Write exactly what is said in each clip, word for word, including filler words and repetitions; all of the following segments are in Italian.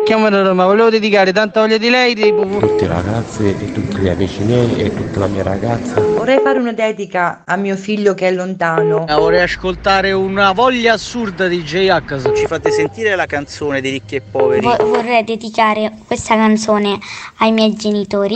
chiamata Roma, volevo dedicare tanta voglia di lei di... tutte le ragazze e tutti gli amici miei e tutta la mia ragazza. Vorrei fare una dedica a mio figlio che è lontano. Vorrei ascoltare una voglia assurda di J-H. Ci fate sentire la canzone di Ricchi e Poveri? Vo- vorrei dedicare questa canzone ai miei genitori.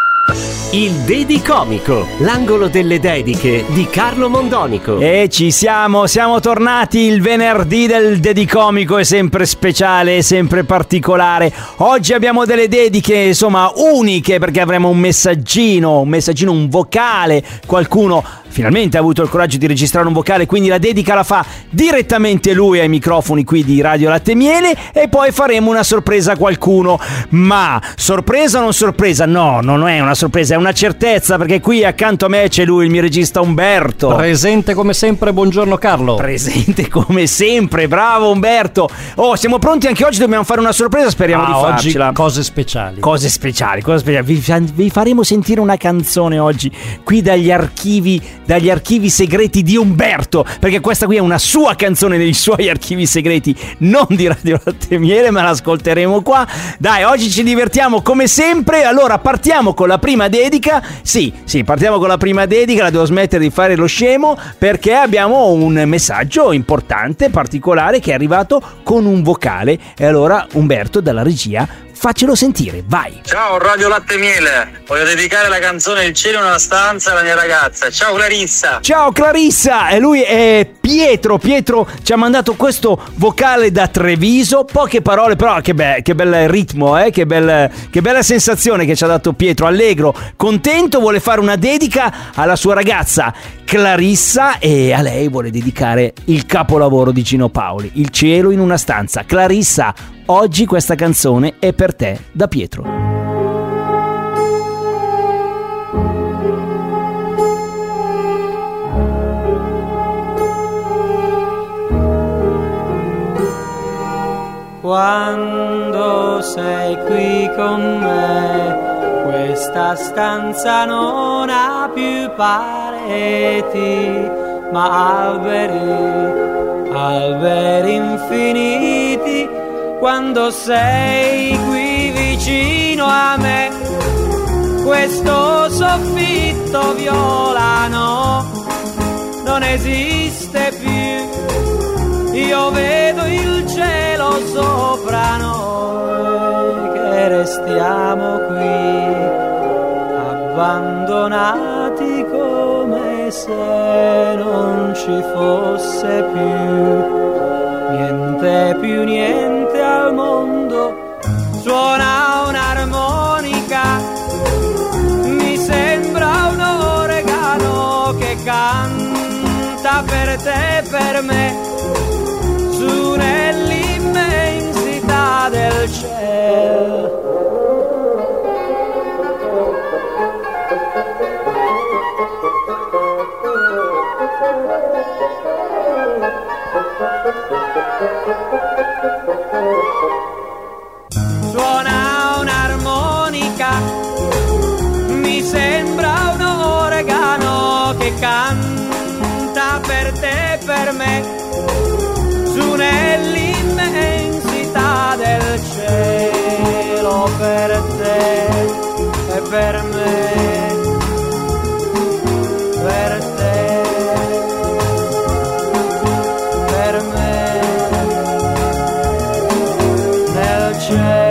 Il Dedicomico, l'angolo delle dediche di Carlo Mondonico. E ci siamo, siamo tornati. Il venerdì del Dedicomico è sempre speciale, è sempre particolare. Oggi abbiamo delle dediche, insomma, uniche, perché avremo un messaggino, un messaggino, un vocale. Qualcuno finalmente ha avuto il coraggio di registrare un vocale, quindi la dedica la fa direttamente lui ai microfoni qui di Radio Latte e Miele, e poi faremo una sorpresa a qualcuno. Ma sorpresa o non sorpresa? No, non è una sorpresa, è una certezza, perché qui accanto a me c'è lui, il mio regista Umberto. Presente come sempre, buongiorno Carlo. Presente come sempre, bravo Umberto. Oh, siamo pronti anche oggi, dobbiamo fare una sorpresa, speriamo ah, di farcela. Oggi cose speciali. Cose speciali, cose speciali. Vi, vi faremo sentire una canzone oggi qui dagli archivi dagli archivi segreti di Umberto, perché questa qui è una sua canzone nei suoi archivi segreti, non di Radio Latte e Miele, ma l'ascolteremo qua. Dai, oggi ci divertiamo come sempre. Allora partiamo con la prima dedica. Sì, sì, partiamo con la prima dedica. La devo smettere di fare lo scemo, perché abbiamo un messaggio importante, particolare, che è arrivato con un vocale. E allora Umberto, dalla regia, faccelo sentire, vai. Ciao Radio Latte e Miele, voglio dedicare la canzone Il cielo in una stanza alla mia ragazza. Ciao Clarissa. Ciao Clarissa. E lui è Pietro. Pietro ci ha mandato questo vocale da Treviso. Poche parole, però che, be- che bel ritmo, eh? che, bel- che bella sensazione che ci ha dato Pietro. Allegro, contento, vuole fare una dedica alla sua ragazza Clarissa, e a lei vuole dedicare il capolavoro di Gino Paoli, Il cielo in una stanza. Clarissa, oggi questa canzone è per te da Pietro. Quando sei qui con me, questa stanza non ha più pareti, ma alberi, alberi infiniti. Quando sei qui vicino a me, questo soffitto violano non esiste più. Io vedo il cielo sopra noi, che restiamo qui, abbandonati come se non ci fosse più niente, più niente al mondo. Suona un'armonica, mi sembra un organo che canta per te e per me, su nell'immensità del cielo. Suona un'armonica, mi sembra un organo che canta per te e per me, su nell'immensità del cielo, per te e per me, per te, per me, nel cielo.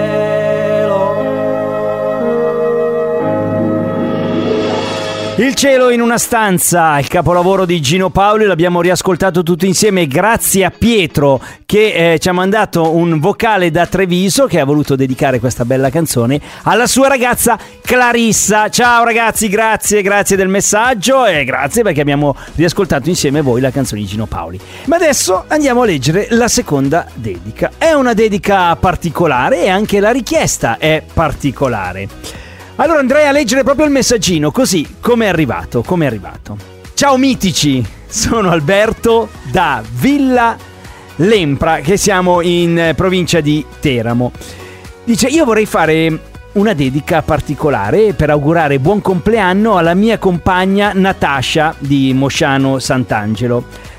Il cielo in una stanza, il capolavoro di Gino Paoli, l'abbiamo riascoltato tutti insieme grazie a Pietro, che eh, ci ha mandato un vocale da Treviso, che ha voluto dedicare questa bella canzone alla sua ragazza Clarissa. Ciao ragazzi, grazie, grazie del messaggio, e grazie perché abbiamo riascoltato insieme voi la canzone di Gino Paoli. Ma adesso andiamo a leggere la seconda dedica. È una dedica particolare e anche la richiesta è particolare. Allora andrei a leggere proprio il messaggino, così come è arrivato, come è arrivato. Ciao mitici, sono Alberto da Villa Lempra, che siamo in provincia di Teramo. Dice: io vorrei fare una dedica particolare per augurare buon compleanno alla mia compagna Natascia di Mosciano Sant'Angelo.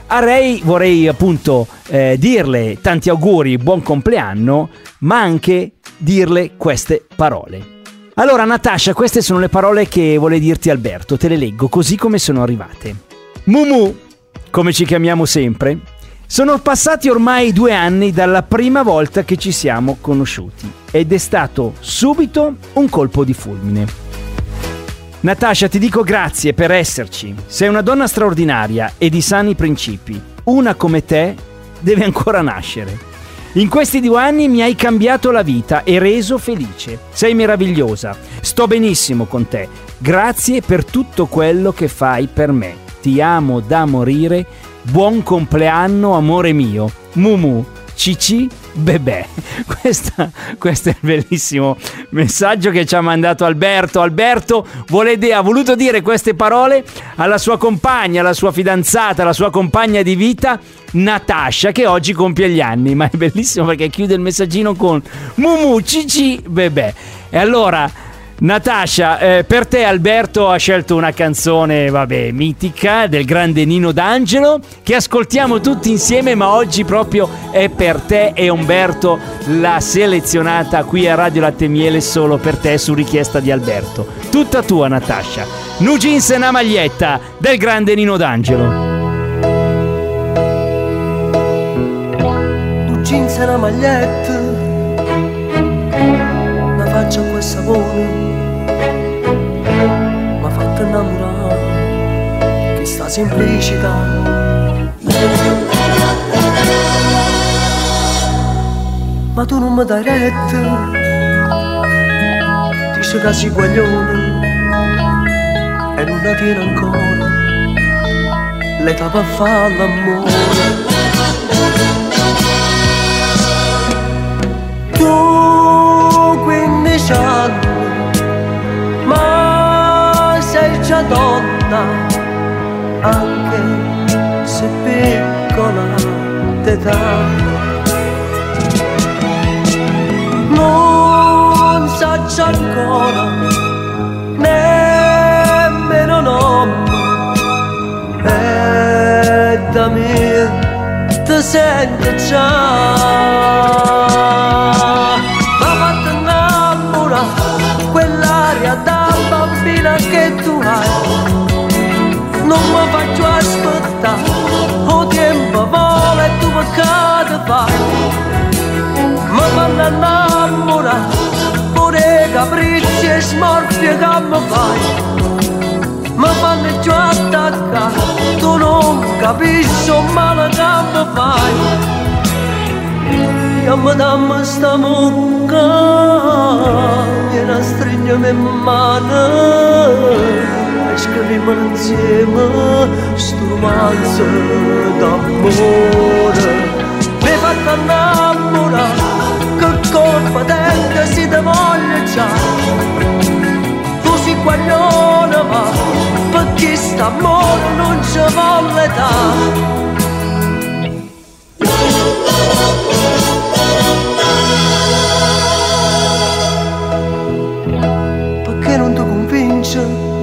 A Ray vorrei appunto eh, dirle tanti auguri, buon compleanno, ma anche dirle queste parole. Allora Natascia, queste sono le parole che vuole dirti Alberto, te le leggo così come sono arrivate. Mumu, come ci chiamiamo sempre, sono passati ormai due anni dalla prima volta che ci siamo conosciuti ed è stato subito un colpo di fulmine. Natascia, ti dico grazie per esserci, sei una donna straordinaria e di sani principi, una come te deve ancora nascere. In questi due anni mi hai cambiato la vita e reso felice. Sei meravigliosa. Sto benissimo con te. Grazie per tutto quello che fai per me. Ti amo da morire. Buon compleanno, amore mio. Mumu, Cici, bebè. Questa, questo è il bellissimo messaggio che ci ha mandato Alberto. Alberto vuole, ha voluto dire queste parole alla sua compagna, alla sua fidanzata, alla sua compagna di vita Natascia, che oggi compie gli anni. Ma è bellissimo perché chiude il messaggino con Mumu, Cici, bebè. E allora Natascia, eh, per te Alberto ha scelto una canzone, vabbè, mitica, del grande Nino D'Angelo, che ascoltiamo tutti insieme, ma oggi proprio è per te, e Umberto l'ha selezionata qui a Radio Latte Miele solo per te su richiesta di Alberto. Tutta tua Natascia. Nu jeans e una maglietta del grande Nino D'Angelo. Nu jeans e una maglietta, una faccia con sapone, m'ha fatto innamorare, che sta semplicità. Ma tu non mi dai retta, dici che sei guaglione e non la tieni ancora l'età per fare l'amore. Tu quindici anni, ma sei già donna, anche se piccola d'età. Non saccio ancora nemmeno nome, e da me ti sento già. Ma fatto innamorare quell'aria da bambina che tu hai, non mi faccio aspettare, o tempo vola e tu peccato fai. Mi fanno innamorare pure capricci e smorfie che mi fai, mi fanno già attaccare, tu non capisci il male che mi fai. Io mi dammi sta mucca, gliela stringiamo in mano e scriviamo insieme sto romanzo d'amore. Mi hai fatto innamorare, che colpa te si te voglio già. Tu sei guaglione ma perché st'amore non ci vuole età. Perché non ti convince,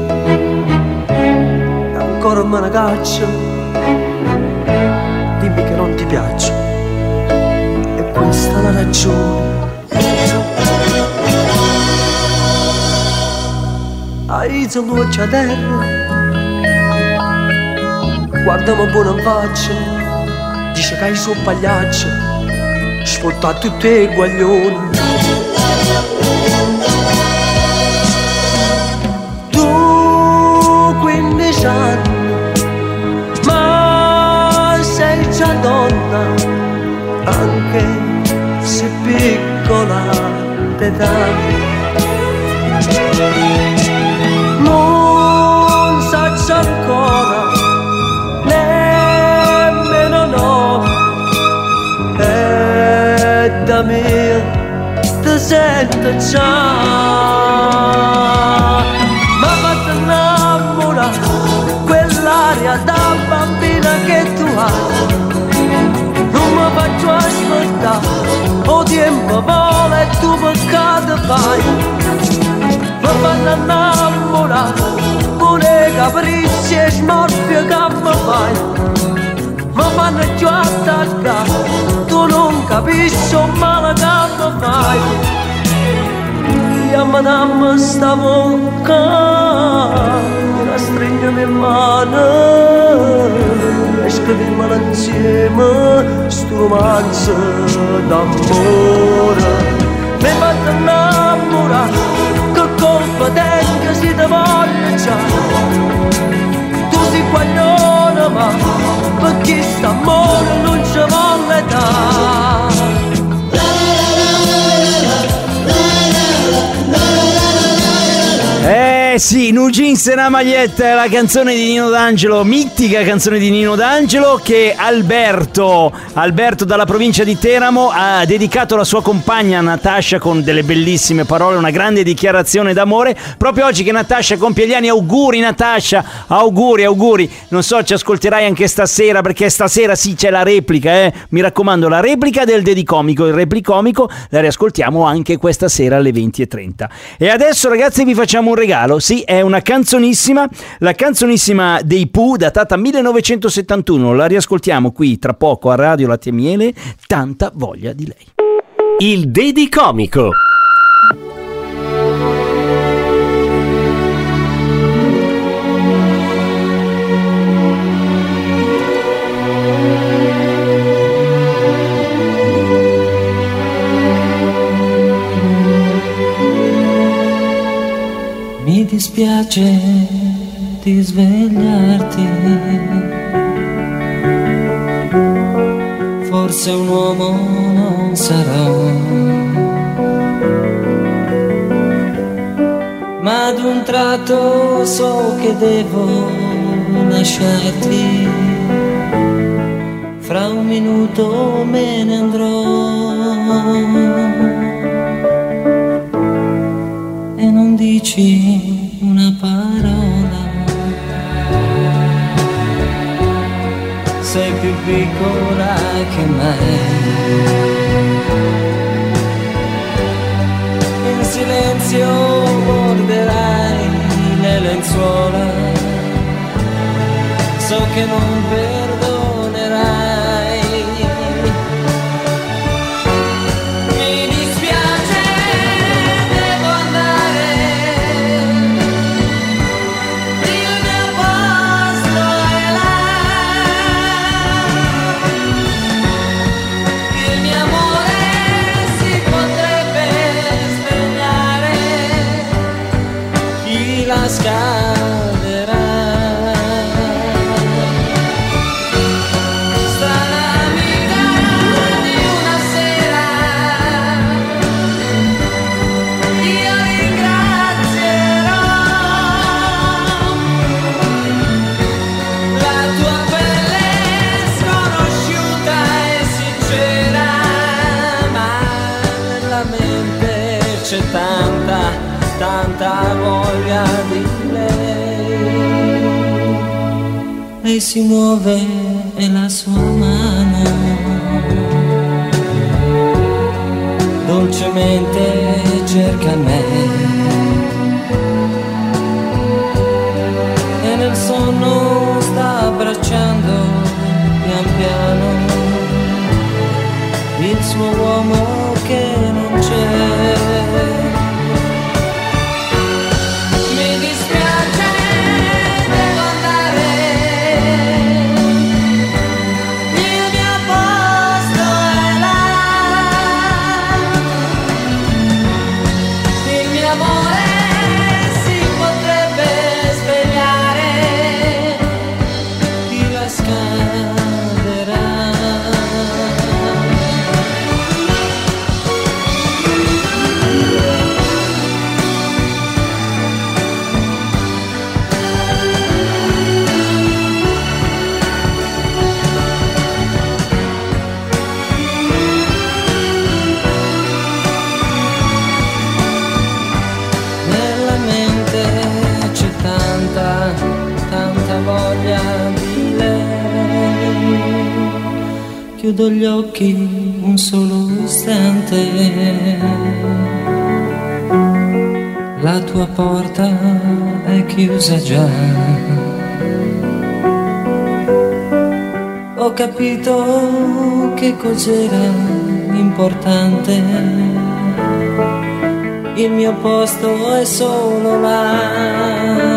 ancora me ne caccia, dimmi che non ti piaccio. Questa è la ragione. Hai luce a terra, guardami buono in faccia, dice che hai suo pagliaccio, sfotta tutti i guaglioni. Tu quindici anni, ma sei già donna, anche se piccola d'età. Non saccio ancora nemmeno no, e da me ti sento già. Ma fatto innamorare quell'aria da bambina che tu hai, non mi faccio aspettare, o tempo vola e tu peccato fai. Mi fanno innamorare pure capricci e smorfie che mi fai, mi fanno più attaccare, tu non capisci un male che mi fai. Io mi sta bocca, la stringiamo in mano e scriviamo insieme sto romanzo d'amore. Mi fatto innamorare, che colpa tengo se ti voglio già. Tu sei guaglione ma per chi sta amore non ci vuole dare. Eh sì, Nu Jeans e una maglietta è la canzone di Nino D'Angelo, mitica canzone di Nino D'Angelo che Alberto, Alberto dalla provincia di Teramo ha dedicato alla sua compagna Natascia con delle bellissime parole, una grande dichiarazione d'amore. Proprio oggi che Natascia compie gli anni, auguri Natascia, auguri, auguri. Non so, ci ascolterai anche stasera perché stasera sì c'è la replica, eh. Mi raccomando, la replica del Dedicomico, il replicomico la riascoltiamo anche questa sera alle venti e trenta. E adesso ragazzi vi facciamo un regalo. Sì, è una canzonissima, la canzonissima dei Pooh, datata millenovecentosettantuno. La riascoltiamo qui tra poco a Radio Latte e Miele. Tanta voglia di lei. Il Dedicomico. Mi dispiace di svegliarti, forse un uomo non sarò, ma ad un tratto so che devo lasciarti, fra un minuto me ne andrò. E non dici una parola, sei più piccola che mai. In silenzio borderai le lenzuola, so che non perdonerai. Scaderà. Strana amica di una sera, io ringrazierò la tua pelle sconosciuta e sincera, ma nella mente c'è tanta, tanta voglia di lei si muove e la sua mano dolcemente cerca me e nel sonno sta abbracciando pian piano il suo uomo che non c'è. Chiudo gli occhi un solo istante, la tua porta è chiusa già. Ho Ho capito che cos'era importante, il mio posto è solo là.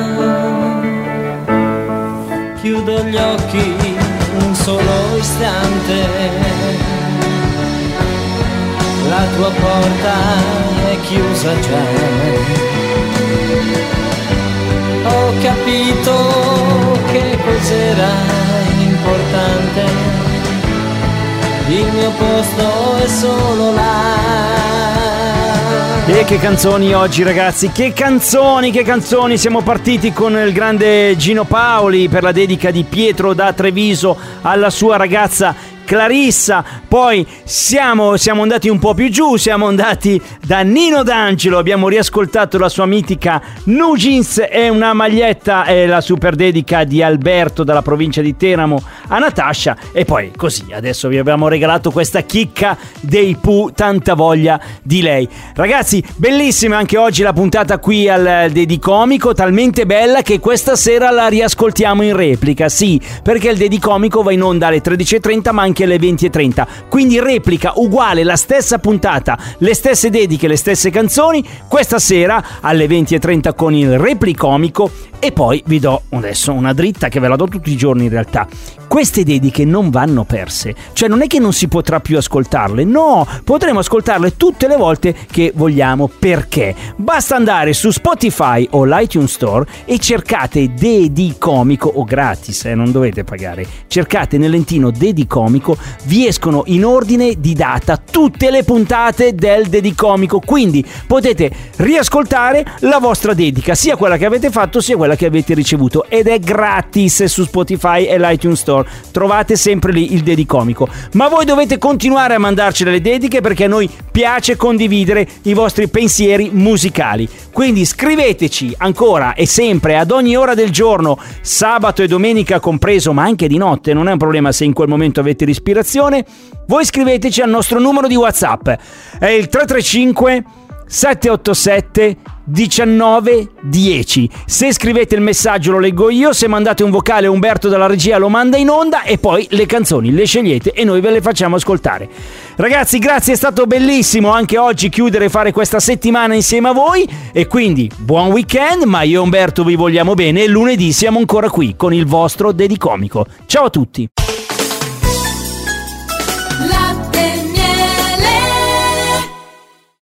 Chiudo gli occhi un solo istante, la tua porta è chiusa già. Ho capito che cos'era importante, il mio posto è solo là. E che canzoni oggi, ragazzi, che canzoni, che canzoni. Siamo partiti con il grande Gino Paoli per la dedica di Pietro da Treviso alla sua ragazza Clarissa. Poi siamo, siamo andati un po' più giù, siamo andati da Nino D'Angelo, abbiamo riascoltato la sua mitica Nu Jeans e una maglietta, e la super dedica di Alberto dalla provincia di Teramo a Natascia. E poi così adesso vi abbiamo regalato questa chicca dei Pooh, tanta voglia di lei. Ragazzi, bellissima anche oggi la puntata qui al Dedicomico, talmente bella che questa sera la riascoltiamo in replica. Sì, perché il Dedicomico va in onda alle tredici e trenta ma anche alle venti e trenta, quindi replica uguale, la stessa puntata, le stesse dediche, le stesse canzoni questa sera alle venti e trenta con il Replicomico. E poi vi do adesso una dritta che ve la do tutti i giorni in realtà. Queste dediche non vanno perse, cioè non è che non si potrà più ascoltarle, no, potremo ascoltarle tutte le volte che vogliamo. Perché? Basta andare su Spotify o l'iTunes Store e cercate Dedicomico, o gratis, eh, non dovete pagare, cercate nel lentino Dedicomico, vi escono in ordine di data tutte le puntate del Dedicomico, quindi potete riascoltare la vostra dedica, sia quella che avete fatto sia quella che avete ricevuto, ed è gratis su Spotify e l'iTunes Store. Trovate sempre lì il Dedicomico. Ma voi dovete continuare a mandarci le dediche, perché a noi piace condividere i vostri pensieri musicali. Quindi scriveteci ancora e sempre, ad ogni ora del giorno, sabato e domenica compreso, ma anche di notte, non è un problema se in quel momento avete l'ispirazione. Voi scriveteci al nostro numero di WhatsApp, è il tre tre cinque sette otto sette diciannove dieci. Se scrivete il messaggio lo leggo io, se mandate un vocale Umberto dalla regia lo manda in onda, e poi le canzoni le scegliete e noi ve le facciamo ascoltare. Ragazzi, grazie, è stato bellissimo anche oggi chiudere e fare questa settimana insieme a voi, e quindi buon weekend. Ma io e Umberto vi vogliamo bene, e lunedì siamo ancora qui con il vostro Dedicomico. Ciao a tutti.